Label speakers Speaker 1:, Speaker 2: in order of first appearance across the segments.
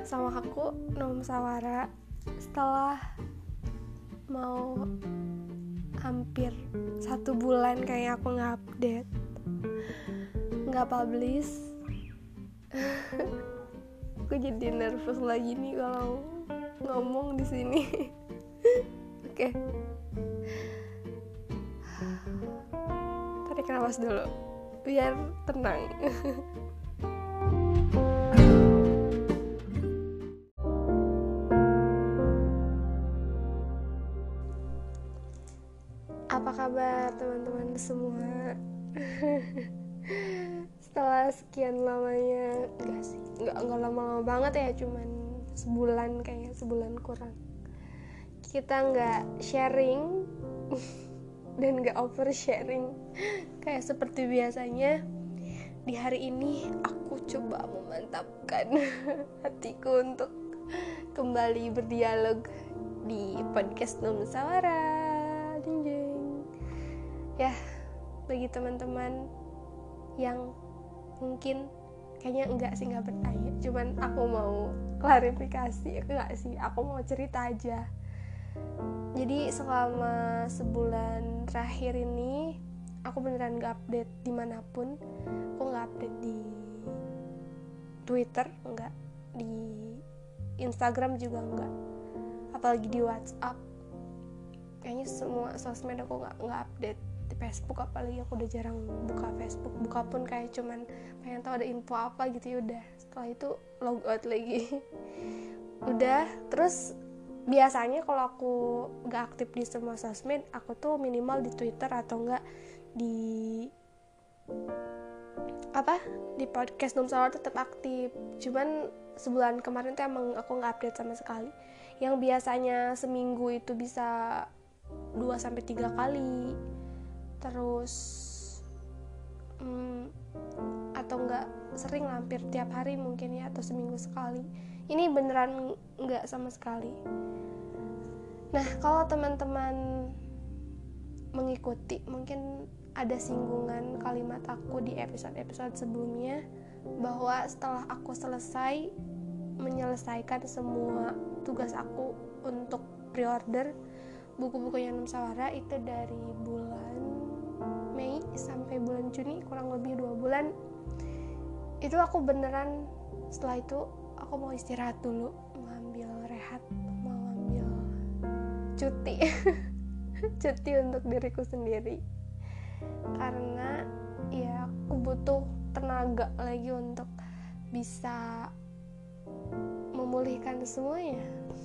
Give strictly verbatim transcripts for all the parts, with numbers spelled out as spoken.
Speaker 1: sama aku Nom Sawara. Setelah mau hampir satu bulan kayak aku nggak update, nggak publish, aku jadi nervous lagi nih kalau ngomong di sini. Oke, tarik nafas dulu biar tenang. Apa kabar teman-teman semua? Setelah sekian lamanya, enggak sih, enggak, enggak lama-lama banget ya, cuman sebulan kayaknya, sebulan kurang. Kita enggak sharing dan enggak oversharing kayak seperti biasanya. Di hari ini aku coba memantapkan hatiku untuk kembali berdialog di podcast Nom Sawara. Ya, bagi teman-teman yang mungkin kayaknya enggak sih, enggak bertanya, cuman aku mau klarifikasi, enggak sih, aku mau cerita aja. Jadi selama sebulan terakhir ini aku beneran enggak update dimanapun. Aku enggak update di Twitter, enggak, di Instagram juga enggak, apalagi di WhatsApp. Kayaknya semua sosmed aku enggak, enggak update. Di Facebook apalagi aku udah jarang buka Facebook, buka pun kayak cuman pengen tahu ada info apa gitu, ya udah, setelah itu log out lagi. Udah, terus biasanya kalau aku gak aktif di semua sosmed, aku tuh minimal di Twitter atau enggak di apa di podcast Nom Sawara tetap aktif. Cuman sebulan kemarin tuh emang aku gak update sama sekali. Yang biasanya seminggu itu bisa dua sampai tiga kali, terus hmm, atau enggak sering, hampir tiap hari mungkin ya, atau seminggu sekali. Ini beneran enggak sama sekali. Nah, kalau teman-teman mengikuti, mungkin ada singgungan kalimat aku di episode-episode sebelumnya, bahwa setelah aku selesai menyelesaikan semua tugas aku untuk pre-order buku-bukunya Nom Sawara itu dari bulan Mei sampai bulan Juni, kurang lebih dua bulan. Itu aku beneran setelah itu aku mau istirahat dulu, mau ambil rehat, mau ambil cuti cuti untuk diriku sendiri, karena ya aku butuh tenaga lagi untuk bisa memulihkan semuanya.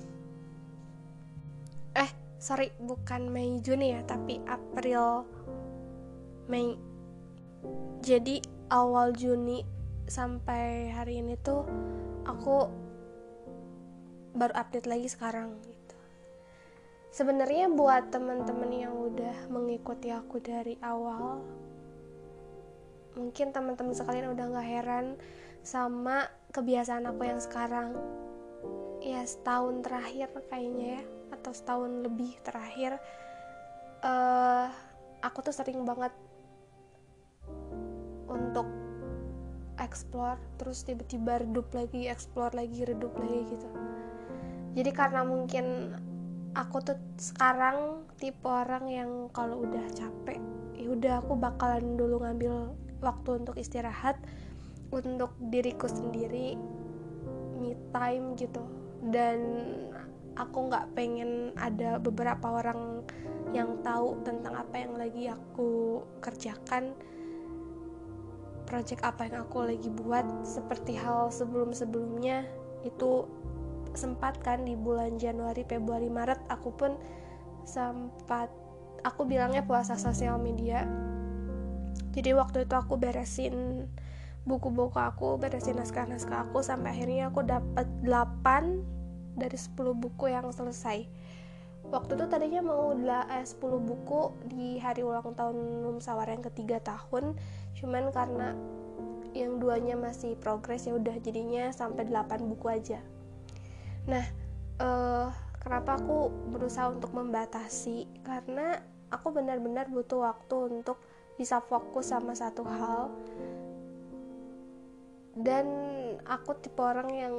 Speaker 1: Eh sorry, bukan Mei Juni ya, tapi April Mei. Jadi awal Juni sampai hari ini tuh aku baru update lagi sekarang gitu. Sebenarnya buat teman-teman yang udah mengikuti aku dari awal, mungkin teman-teman sekalian udah gak heran sama kebiasaan aku yang sekarang. Ya setahun terakhir kayaknya ya, atau setahun lebih terakhir, uh, aku tuh sering banget untuk explore, terus tiba-tiba redup lagi, explore lagi, redup lagi gitu. Jadi karena mungkin aku tuh sekarang tipe orang yang kalau udah capek, ya udah aku bakalan dulu ngambil waktu untuk istirahat, untuk diriku sendiri, me time gitu. Dan aku nggak pengen ada beberapa orang yang tahu tentang apa yang lagi aku kerjakan, project apa yang aku lagi buat. Seperti hal sebelum-sebelumnya itu sempat kan di bulan Januari, Februari, Maret aku pun sempat, aku bilangnya puasa sosial media. Jadi waktu itu aku beresin buku-buku aku, beresin naskah-naskah aku, sampai akhirnya aku dapat delapan dari sepuluh buku yang selesai. Waktu itu tadinya mau eh, sepuluh buku di hari ulang tahun Nom Sawara yang ketiga tahun, cuman karena yang duanya masih progres, ya udah jadinya sampai delapan buku aja. Nah, eh, kenapa aku berusaha untuk membatasi? Karena aku benar-benar butuh waktu untuk bisa fokus sama satu hal. Dan aku tipe orang yang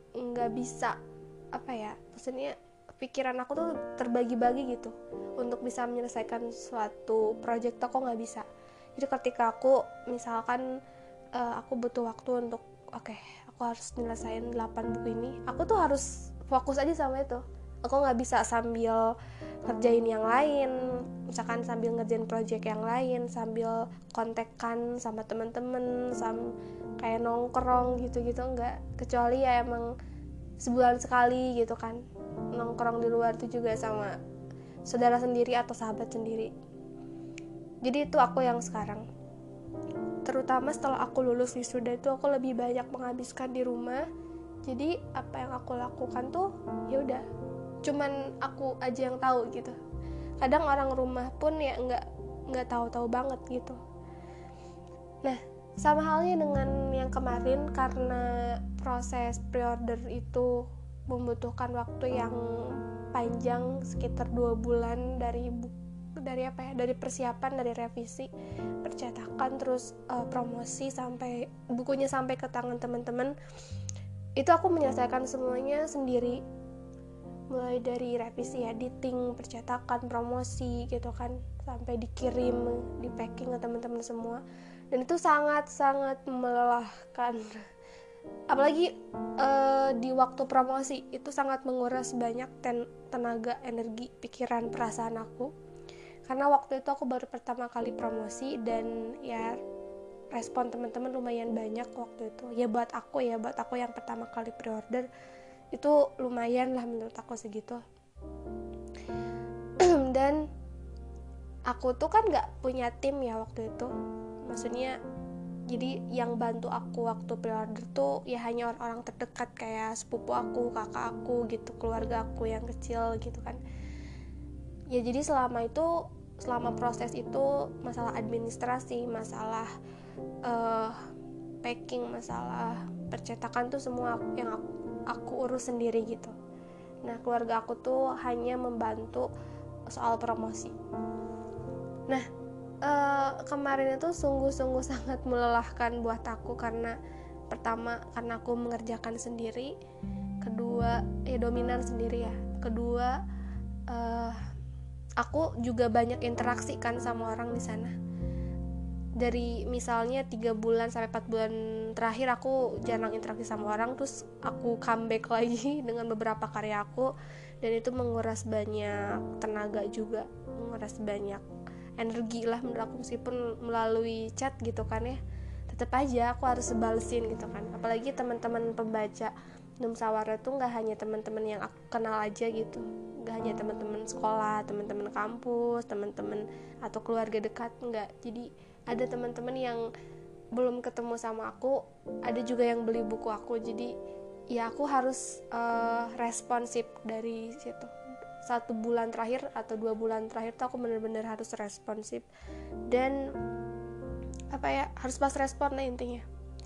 Speaker 1: nggak bisa apa ya, maksudnya pikiran aku tuh terbagi-bagi gitu untuk bisa menyelesaikan suatu project tuh aku nggak bisa. Jadi ketika aku misalkan uh, aku butuh waktu untuk oke okay, aku harus nyelesain delapan buku ini, aku tuh harus fokus aja sama itu. Aku nggak bisa sambil ngerjain yang lain, misalkan sambil ngerjain project yang lain, sambil kontekan sama temen-temen, sam kayak nongkrong gitu-gitu, nggak. Kecuali ya emang sebulan sekali gitu kan, nongkrong di luar tuh juga sama saudara sendiri atau sahabat sendiri. Jadi itu aku yang sekarang, terutama setelah aku lulus wisuda itu aku lebih banyak menghabiskan di rumah. Jadi apa yang aku lakukan tuh ya udah cuman aku aja yang tahu gitu. Kadang orang rumah pun ya nggak nggak tahu-tahu banget gitu. Nah, sama halnya dengan yang kemarin, karena proses pre-order itu membutuhkan waktu yang panjang sekitar dua bulan dari dari apa ya dari persiapan, dari revisi, percetakan, terus uh, promosi sampai bukunya sampai ke tangan teman-teman. Itu aku menyelesaikan semuanya sendiri, mulai dari revisi, editing, percetakan, promosi gitu kan, sampai dikirim, di packing ke teman-teman semua. Dan itu sangat-sangat melelahkan. Apalagi uh, di waktu promosi itu sangat menguras banyak ten- tenaga, energi, pikiran, perasaan aku. Karena waktu itu aku baru pertama kali promosi dan ya respon teman-teman lumayan banyak waktu itu. Ya buat aku ya, buat aku yang pertama kali pre-order itu lumayan lah menurut aku segitu. Dan aku tuh kan gak punya tim ya waktu itu, maksudnya jadi yang bantu aku waktu pre-order tuh ya hanya orang-orang terdekat kayak sepupu aku, kakak aku gitu, keluarga aku yang kecil gitu kan. Ya jadi selama itu, selama proses itu, masalah administrasi, masalah uh, packing, masalah percetakan tuh semua yang aku, aku urus sendiri gitu. Nah, keluarga aku tuh hanya membantu soal promosi. Nah, uh, kemarin itu sungguh-sungguh sangat melelahkan buat aku, karena pertama karena aku mengerjakan sendiri, kedua ya dominan sendiri ya, kedua uh, aku juga banyak interaksi kan sama orang di sana. Dari misalnya tiga bulan sampai empat bulan terakhir aku jarang interaksi sama orang, terus aku comeback lagi dengan beberapa karya aku, dan itu menguras banyak tenaga juga, menguras banyak energi lah menurut aku. Meskipun melalui chat gitu kan ya, tetap aja aku harus balesin gitu kan. Apalagi teman-teman pembaca Numsawara tuh nggak hanya teman-teman yang aku kenal aja gitu, nggak hanya teman-teman sekolah, teman-teman kampus, teman-teman atau keluarga dekat, nggak. Jadi ada teman-teman yang belum ketemu sama aku, ada juga yang beli buku aku. Jadi ya aku harus uh, responsif dari situ. Satu bulan terakhir atau dua bulan terakhir tuh aku benar-benar harus responsif dan apa ya harus pas respon lah intinya.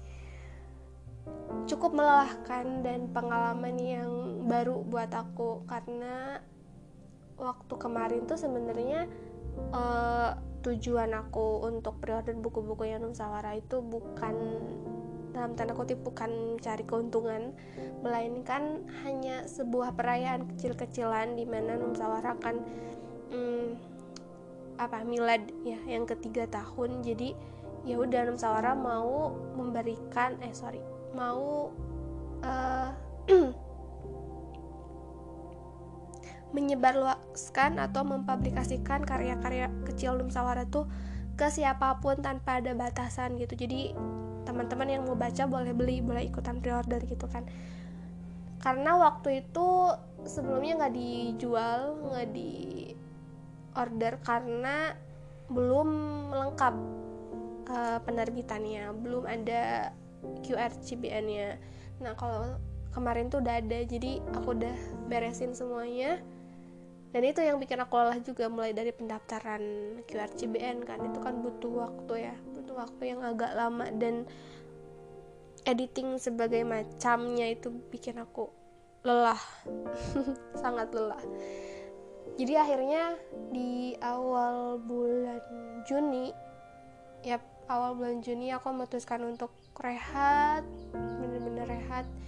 Speaker 1: Cukup melelahkan dan pengalaman yang baru buat aku, karena waktu kemarin tuh sebenarnya uh, tujuan aku untuk pre-order buku-buku yang Numsawara itu bukan, dalam tanda kutip, bukan cari keuntungan, melainkan hanya sebuah perayaan kecil-kecilan di mana Numsawara kan hmm, apa milad ya yang ketiga tahun. Jadi ya udah Numsawara mau memberikan eh sorry mau uh, menyebarluaskan atau mempublikasikan karya-karya kecil Numsawara tuh ke siapapun tanpa ada batasan gitu. Jadi teman-teman yang mau baca boleh beli, boleh ikutan pre-order gitu kan. Karena waktu itu sebelumnya nggak dijual, nggak di order karena belum lengkap uh, penerbitannya, belum ada Q R C B N-nya. Nah, kalau kemarin tuh udah ada, jadi aku udah beresin semuanya. Dan itu yang bikin aku lelah juga, mulai dari pendaftaran Q R C B N kan, itu kan butuh waktu ya, butuh waktu yang agak lama, dan editing sebagai macamnya itu bikin aku lelah, sangat lelah. Jadi akhirnya di awal bulan Juni, ya awal bulan Juni aku memutuskan untuk rehat, bener-bener rehat,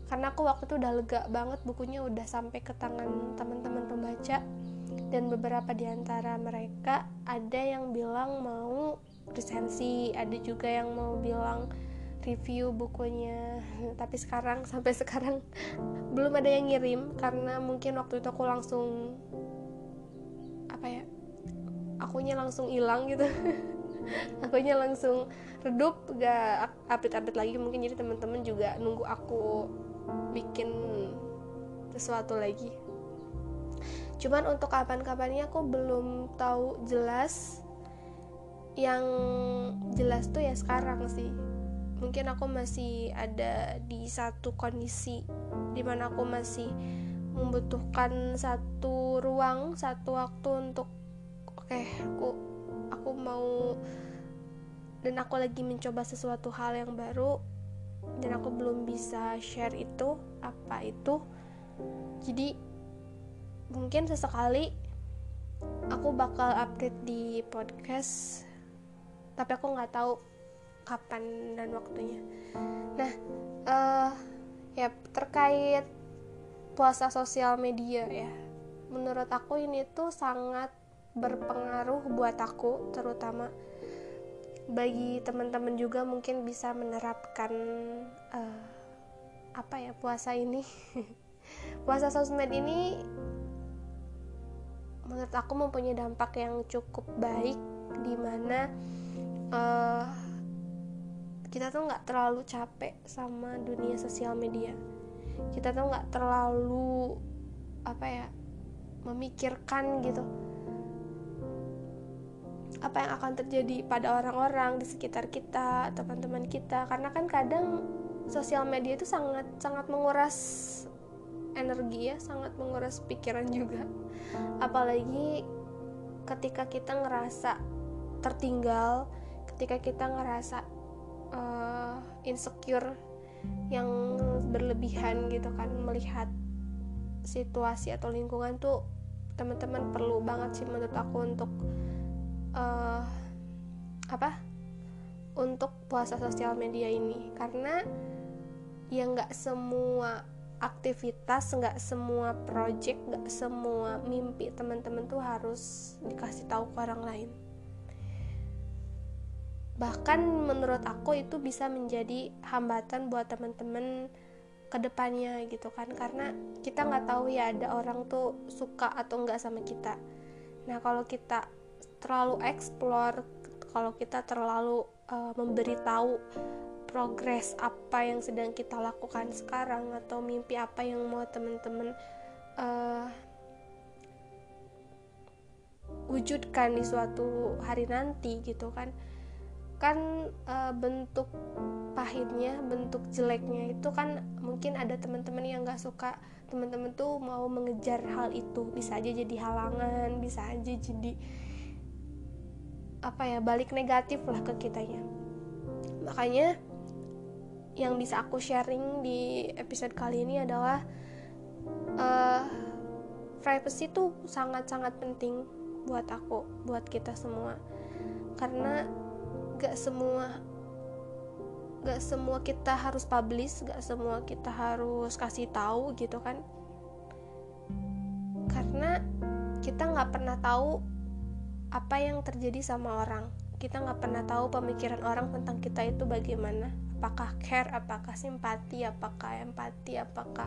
Speaker 1: karena aku waktu itu udah lega banget, bukunya udah sampai ke tangan teman-teman pembaca. Dan beberapa di antara mereka ada yang bilang mau resensi, ada juga yang mau bilang review bukunya. Tapi sekarang, sampai sekarang belum ada yang ngirim, karena mungkin waktu itu aku langsung apa ya, akunya langsung hilang gitu. Akunya langsung redup, gak update-update lagi mungkin. Jadi teman-teman juga nunggu aku bikin sesuatu lagi. Cuman untuk kapan-kapannya aku belum tahu jelas. Yang jelas tuh ya sekarang sih, mungkin aku masih ada di satu kondisi dimana aku masih membutuhkan satu ruang, satu waktu untuk oke, okay, aku aku mau, dan aku lagi mencoba sesuatu hal yang baru, dan aku belum bisa share itu apa itu. Jadi mungkin sesekali aku bakal update di podcast, tapi aku nggak tahu kapan dan waktunya. Nah, uh, ya terkait puasa sosial media ya, menurut aku ini tuh sangat berpengaruh buat aku, terutama bagi teman-teman juga mungkin bisa menerapkan uh, apa ya puasa ini. Puasa sosmed ini menurut aku mempunyai dampak yang cukup baik, di mana uh, kita tuh nggak terlalu capek sama dunia sosial media. Kita tuh nggak terlalu apa ya memikirkan gitu apa yang akan terjadi pada orang-orang di sekitar kita, teman-teman kita, karena kan kadang sosial media itu sangat sangat menguras energi ya, sangat menguras pikiran juga. Apalagi ketika kita ngerasa tertinggal, ketika kita ngerasa uh, insecure yang berlebihan gitu kan, melihat situasi atau lingkungan tuh, teman-teman perlu banget sih menurut aku untuk uh, apa untuk puasa sosial media ini. Karena ya nggak semua aktivitas, nggak semua project, nggak semua mimpi teman-teman tuh harus dikasih tahu ke orang lain. Bahkan menurut aku itu bisa menjadi hambatan buat teman-teman ke depannya gitu kan, karena kita nggak tahu ya ada orang tuh suka atau nggak sama kita. Nah kalau kita terlalu explore, kalau kita terlalu uh, memberitahu progres apa yang sedang kita lakukan sekarang, atau mimpi apa yang mau teman-teman uh, wujudkan di suatu hari nanti gitu kan, kan uh, bentuk pahitnya, bentuk jeleknya itu kan mungkin ada teman-teman yang nggak suka, teman-teman tuh mau mengejar hal itu, bisa aja jadi halangan, bisa aja jadi apa ya balik negatif lah ke kitanya. Makanya yang bisa aku sharing di episode kali ini adalah uh, privacy tuh sangat-sangat penting buat aku, buat kita semua. Karena gak semua gak semua kita harus publish, gak semua kita harus kasih tahu gitu kan. Karena kita gak pernah tahu apa yang terjadi sama orang. Kita gak pernah tahu pemikiran orang tentang kita itu bagaimana. Apakah care, apakah simpati, apakah empati, apakah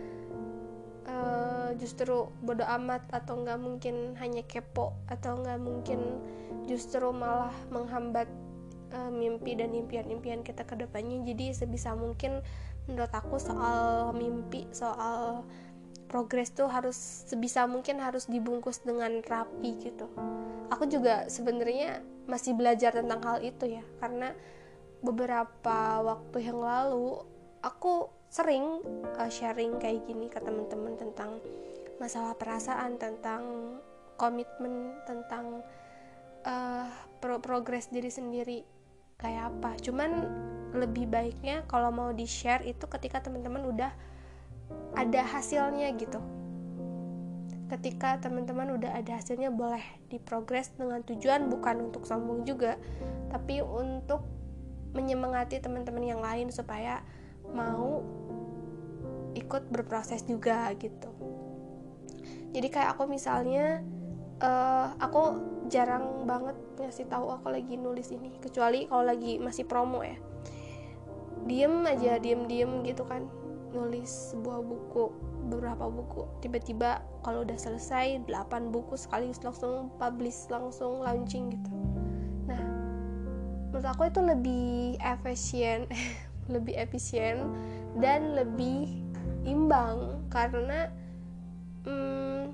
Speaker 1: uh, justru bodo amat, atau nggak mungkin hanya kepo, atau nggak mungkin justru malah menghambat uh, mimpi dan impian-impian kita ke depannya. Jadi sebisa mungkin menurut aku soal mimpi, soal progres tuh harus sebisa mungkin harus dibungkus dengan rapi gitu. Aku juga sebenarnya masih belajar tentang hal itu ya, karena beberapa waktu yang lalu aku sering uh, sharing kayak gini ke teman-teman tentang masalah perasaan, tentang komitmen, tentang uh, pro- progres diri sendiri kayak apa. Cuman lebih baiknya kalau mau di-share itu ketika teman-teman udah ada hasilnya gitu. Ketika teman-teman udah ada hasilnya, boleh diprogres dengan tujuan bukan untuk sombong juga, tapi untuk menyemangati teman-teman yang lain supaya mau ikut berproses juga gitu. Jadi kayak aku misalnya uh, aku jarang banget ngasih tahu aku lagi nulis ini, kecuali kalau lagi masih promo ya, diem aja diem-diem gitu kan, nulis sebuah buku, beberapa buku, tiba-tiba kalau udah selesai delapan buku sekaligus langsung publish, langsung launching gitu. Nah menurut aku itu lebih efisien lebih efisien dan lebih imbang, karena hmm,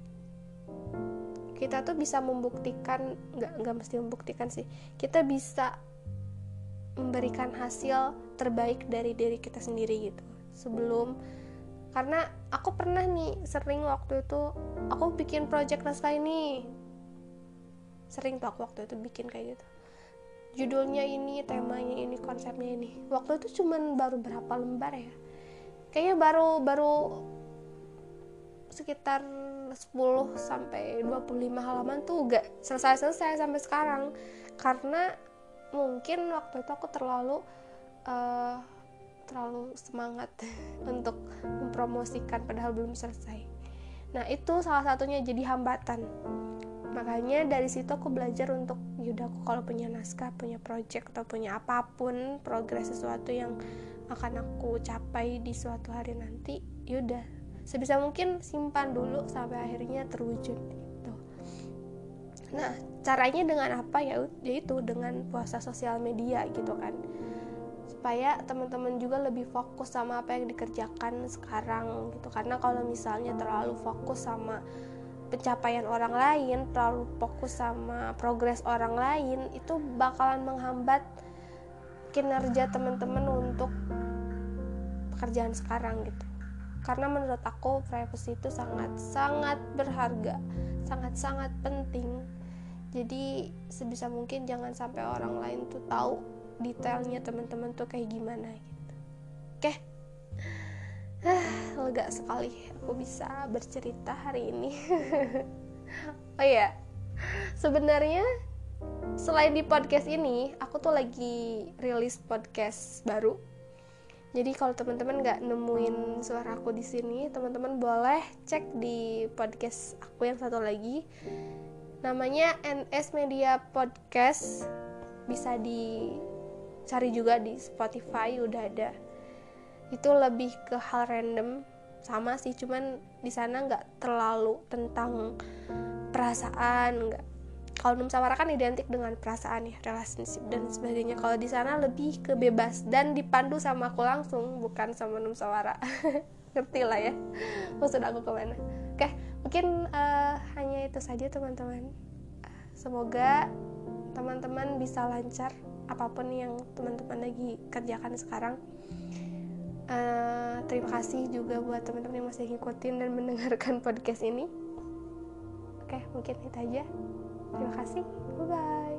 Speaker 1: kita tuh bisa membuktikan, nggak nggak mesti membuktikan sih, kita bisa memberikan hasil terbaik dari diri kita sendiri gitu sebelum. Karena aku pernah nih sering waktu itu aku bikin project naskah ini, sering tuh aku waktu itu bikin kayak gitu, judulnya ini, temanya ini, konsepnya ini. Waktu itu cuman baru berapa lembar ya, kayaknya baru baru sekitar sepuluh sampai dua puluh lima halaman tuh gak selesai-selesai sampai sekarang, karena mungkin waktu itu aku terlalu uh, terlalu semangat untuk mempromosikan padahal belum selesai. Nah itu salah satunya jadi hambatan. Makanya dari situ aku belajar untuk yaudah, aku kalau punya naskah, punya project atau punya apapun, progres sesuatu yang akan aku capai di suatu hari nanti, yaudah sebisa mungkin simpan dulu sampai akhirnya terwujud gitu. Nah caranya dengan apa ya? Yaitu dengan puasa sosial media gitu kan, supaya teman-teman juga lebih fokus sama apa yang dikerjakan sekarang gitu. Karena kalau misalnya terlalu fokus sama pencapaian orang lain, terlalu fokus sama progres orang lain, itu bakalan menghambat kinerja teman-teman untuk pekerjaan sekarang gitu. Karena menurut aku privacy itu sangat-sangat berharga, sangat-sangat penting. Jadi sebisa mungkin jangan sampai orang lain tuh tahu detailnya teman-teman tuh kayak gimana gitu. Oke, lega sekali aku bisa bercerita hari ini. Oh iya, sebenarnya selain di podcast ini, aku tuh lagi rilis podcast baru. Jadi kalau teman-teman nggak nemuin suara aku di sini, teman-teman boleh cek di podcast aku yang satu lagi. Namanya N S Media Podcast. Bisa dicari juga di Spotify, udah ada. Itu lebih ke hal random, sama sih, cuman di sana nggak terlalu tentang perasaan, nggak. Kalau Numsawara kan identik dengan perasaan ya, relationship dan sebagainya. Kalau di sana lebih ke bebas dan dipandu sama aku langsung, bukan sama Numsawara. Ngerti lah ya maksud aku kemana. Oke, mungkin uh, hanya itu saja teman-teman. Semoga teman-teman bisa lancar apapun yang teman-teman lagi kerjakan sekarang. Uh, terima kasih juga buat teman-teman yang masih ngikutin dan mendengarkan podcast ini. Oke, mungkin itu aja. Terima kasih. Bye-bye.